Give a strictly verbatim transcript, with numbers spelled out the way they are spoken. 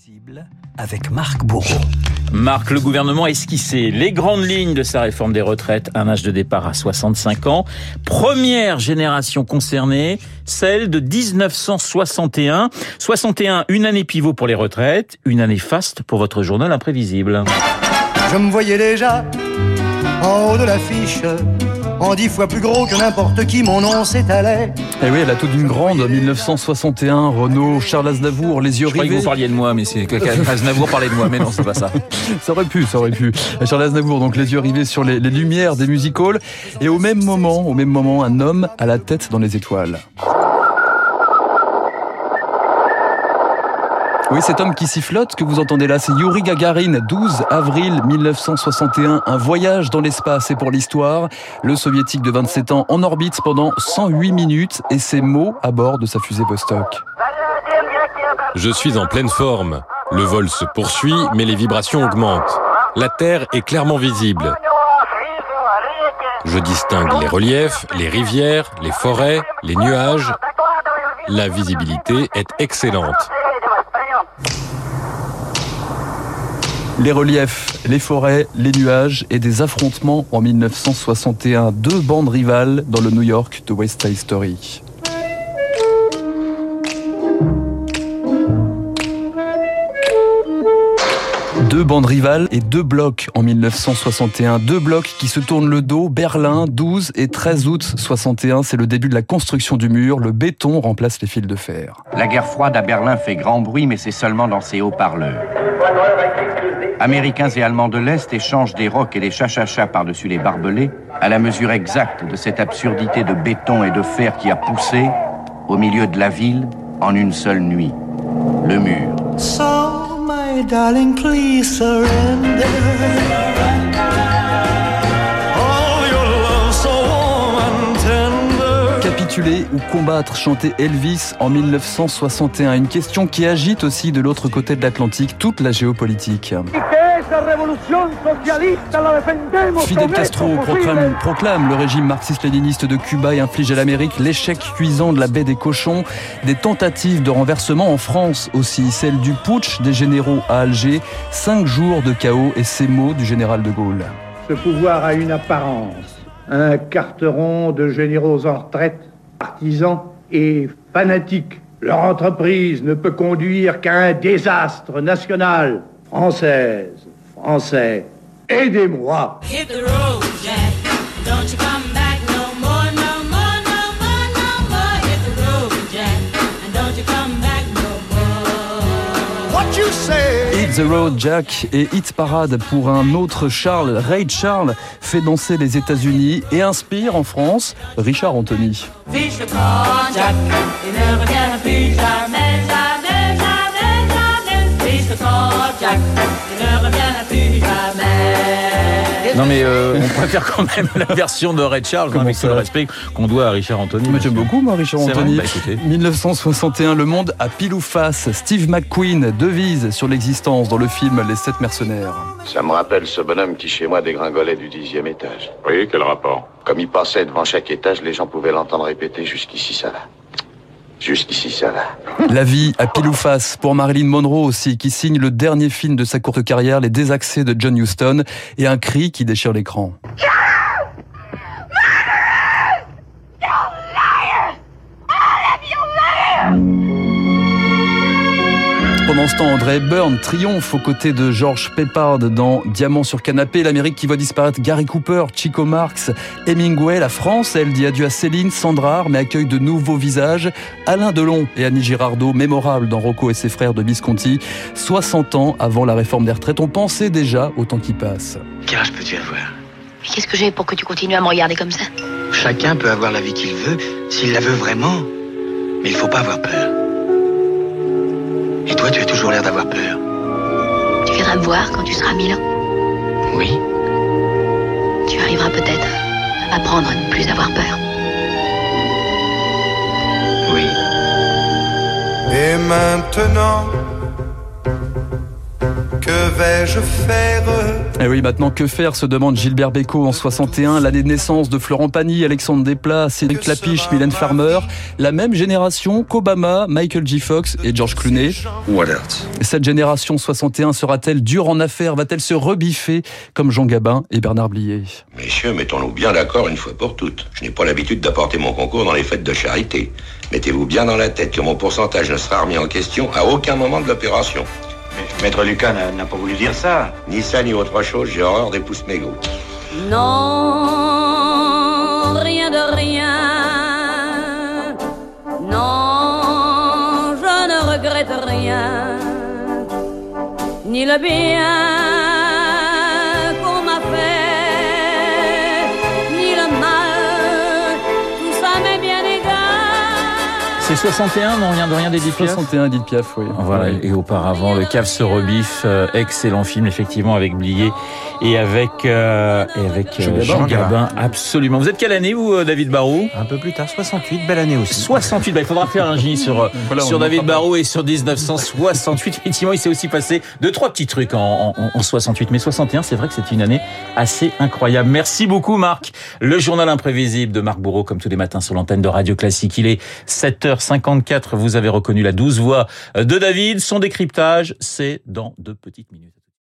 Imprévisible avec Marc Bourreau. Marc, le gouvernement a esquissé les grandes lignes de sa réforme des retraites, un âge de départ à soixante-cinq ans. Première génération concernée, celle de dix-neuf cent soixante et un. soixante et un, une année pivot pour les retraites, une année faste pour votre journal Imprévisible. Je me voyais déjà en haut de l'affiche, en dix fois plus gros que n'importe qui, mon nom s'étalait. Eh oui, elle a tout d'une grande, mille neuf cent soixante et un, Renault, Charles Aznavour, les yeux rivés. Je croyais que vous parliez de moi, mais c'est Aznavour parlait de moi, mais non, c'est pas ça. Ça aurait pu, ça aurait pu. Charles Aznavour, donc les yeux rivés sur les, les lumières des music-halls, et au même moment, au même moment, un homme à la tête dans les étoiles. Oui, cet homme qui sifflote que vous entendez là, c'est Youri Gagarin, douze avril mille neuf cent soixante et un, un voyage dans l'espace et pour l'histoire. Le soviétique de vingt-sept ans en orbite pendant cent huit minutes et ses mots à bord de sa fusée Vostok. Je suis en pleine forme. Le vol se poursuit, mais les vibrations augmentent. La Terre est clairement visible. Je distingue les reliefs, les rivières, les forêts, les nuages. La visibilité est excellente. Les reliefs, les forêts, les nuages et des affrontements en mille neuf cent soixante et un. Deux bandes rivales dans le New York de West Side Story. Deux bandes rivales et deux blocs en mille neuf cent soixante et un. Deux blocs qui se tournent le dos. Berlin, douze et treize août soixante et un. C'est le début de la construction du mur. Le béton remplace les fils de fer. La guerre froide à Berlin fait grand bruit, mais c'est seulement dans ses haut-parleurs. Américains et Allemands de l'Est échangent des rocs et des cha-cha-cha par-dessus les barbelés à la mesure exacte de cette absurdité de béton et de fer qui a poussé au milieu de la ville en une seule nuit. Le mur. So, my darling, please surrender. Oh, your love so warm and tender. Capituler ou combattre, chantait Elvis en mille neuf cent soixante et un. Une question qui agite aussi de l'autre côté de l'Atlantique toute la géopolitique. Fidel Castro proclame, proclame le régime marxiste-léniniste de Cuba et inflige à l'Amérique l'échec cuisant de la baie des cochons. Des tentatives de renversement en France aussi, celle du putsch des généraux à Alger. Cinq jours de chaos et ces mots du général de Gaulle. Ce pouvoir a une apparence, un carteron de généraux en retraite, partisans et fanatiques. Leur entreprise ne peut conduire qu'à un désastre national. Française, Français, aidez-moi. Hit the road, Jack. Don't you come back no more, no more, no more, no more. Hit the road, Jack. And don't you come back no more. What you say? Hit the Road, Jack et Hit Parade pour un autre Charles. Ray Charles fait danser les États-Unis et inspire en France Richard Anthony. Fiche le corps, Jack. Il ne revient plus jamais, jamais, jamais, jamais. Fiche le corps, Jack. Il ne revient plus jamais. Non mais euh, on préfère quand même la version de Ray Charles, hein, avec tout le respect qu'on doit à Richard Anthony. Mais j'aime beaucoup moi Richard C'est Anthony. vrai, bah, mille neuf cent soixante et un, le monde à pile ou face. Steve McQueen devise sur l'existence dans le film Les Sept Mercenaires. Ça me rappelle ce bonhomme qui chez moi dégringolait du dixième étage. Oui, quel rapport? Comme il passait devant chaque étage, les gens pouvaient l'entendre répéter « Jusqu'ici ça va. Jusqu'ici ça va. » La vie à pile ou face pour Marilyn Monroe aussi, qui signe le dernier film de sa courte carrière, Les Désaxés de John Huston, et un cri qui déchire l'écran. Pendant ce temps, Audrey Hepburn triomphe aux côtés de George Peppard dans Diamant sur canapé. L'Amérique qui voit disparaître Gary Cooper, Chico Marx, Hemingway. La France, elle, dit adieu à Céline, Sandra, mais accueille de nouveaux visages. Alain Delon et Annie Girardot, mémorables dans Rocco et ses frères de Visconti. soixante ans avant la réforme des retraites, on pensait déjà au temps qui passe. Quel âge peux-tu avoir? Mais qu'est-ce que j'ai pour que tu continues à me regarder comme ça? Chacun peut avoir la vie qu'il veut, s'il la veut vraiment. Mais il faut pas avoir peur. Et toi, tu as toujours l'air d'avoir peur. Tu viendras me voir quand tu seras mille ans? Oui. Tu arriveras peut-être à apprendre à ne plus avoir peur. Oui. Et maintenant, que vais-je faire? Et oui, maintenant, que faire, se demande Gilbert Bécaud en soixante et un, l'année de naissance de Florent Pagny, Alexandre Desplat, Cédric Clapiche, Mylène Farmer, la même génération qu'Obama, Michael J. Fox et George Clooney. What else? Cette génération soixante et un sera-t-elle dure en affaires? Va-t-elle se rebiffer comme Jean Gabin et Bernard Blier? Messieurs, mettons-nous bien d'accord une fois pour toutes. Je n'ai pas l'habitude d'apporter mon concours dans les fêtes de charité. Mettez-vous bien dans la tête que mon pourcentage ne sera remis en question à aucun moment de l'opération. Mais Maître Lucas n'a, n'a pas voulu dire ça. Ni ça, ni autre chose, j'ai horreur des pouces mégots. Non, rien de rien. Non, je ne regrette rien. Ni le bien qu'on m'a fait, ni le mal, tout ça m'est bien égal. C'est soixante et un, non, rien de rien d'Edith Piaf. soixante et un, Edith Piaf, oui. Voilà, et auparavant, Le Cave se rebiffe, euh, excellent film, effectivement, avec Blier et avec, euh, et avec euh, Jean Gabin, absolument. Vous êtes quelle année, vous, David Barrault? Un peu plus tard, soixante-huit, belle année aussi. soixante-huit, bah, il faudra faire un J sur, voilà, sur David Barrault et sur dix-neuf cent soixante-huit. Effectivement, il s'est aussi passé deux, trois petits trucs en, en, en soixante-huit. Mais soixante et un, c'est vrai que c'est une année assez incroyable. Merci beaucoup, Marc. Le journal imprévisible de Marc Bourreau, comme tous les matins sur l'antenne de Radio Classique. Il est sept heures cinquante-quatre. Vous avez reconnu la douce voix de David. Son décryptage, c'est dans deux petites minutes.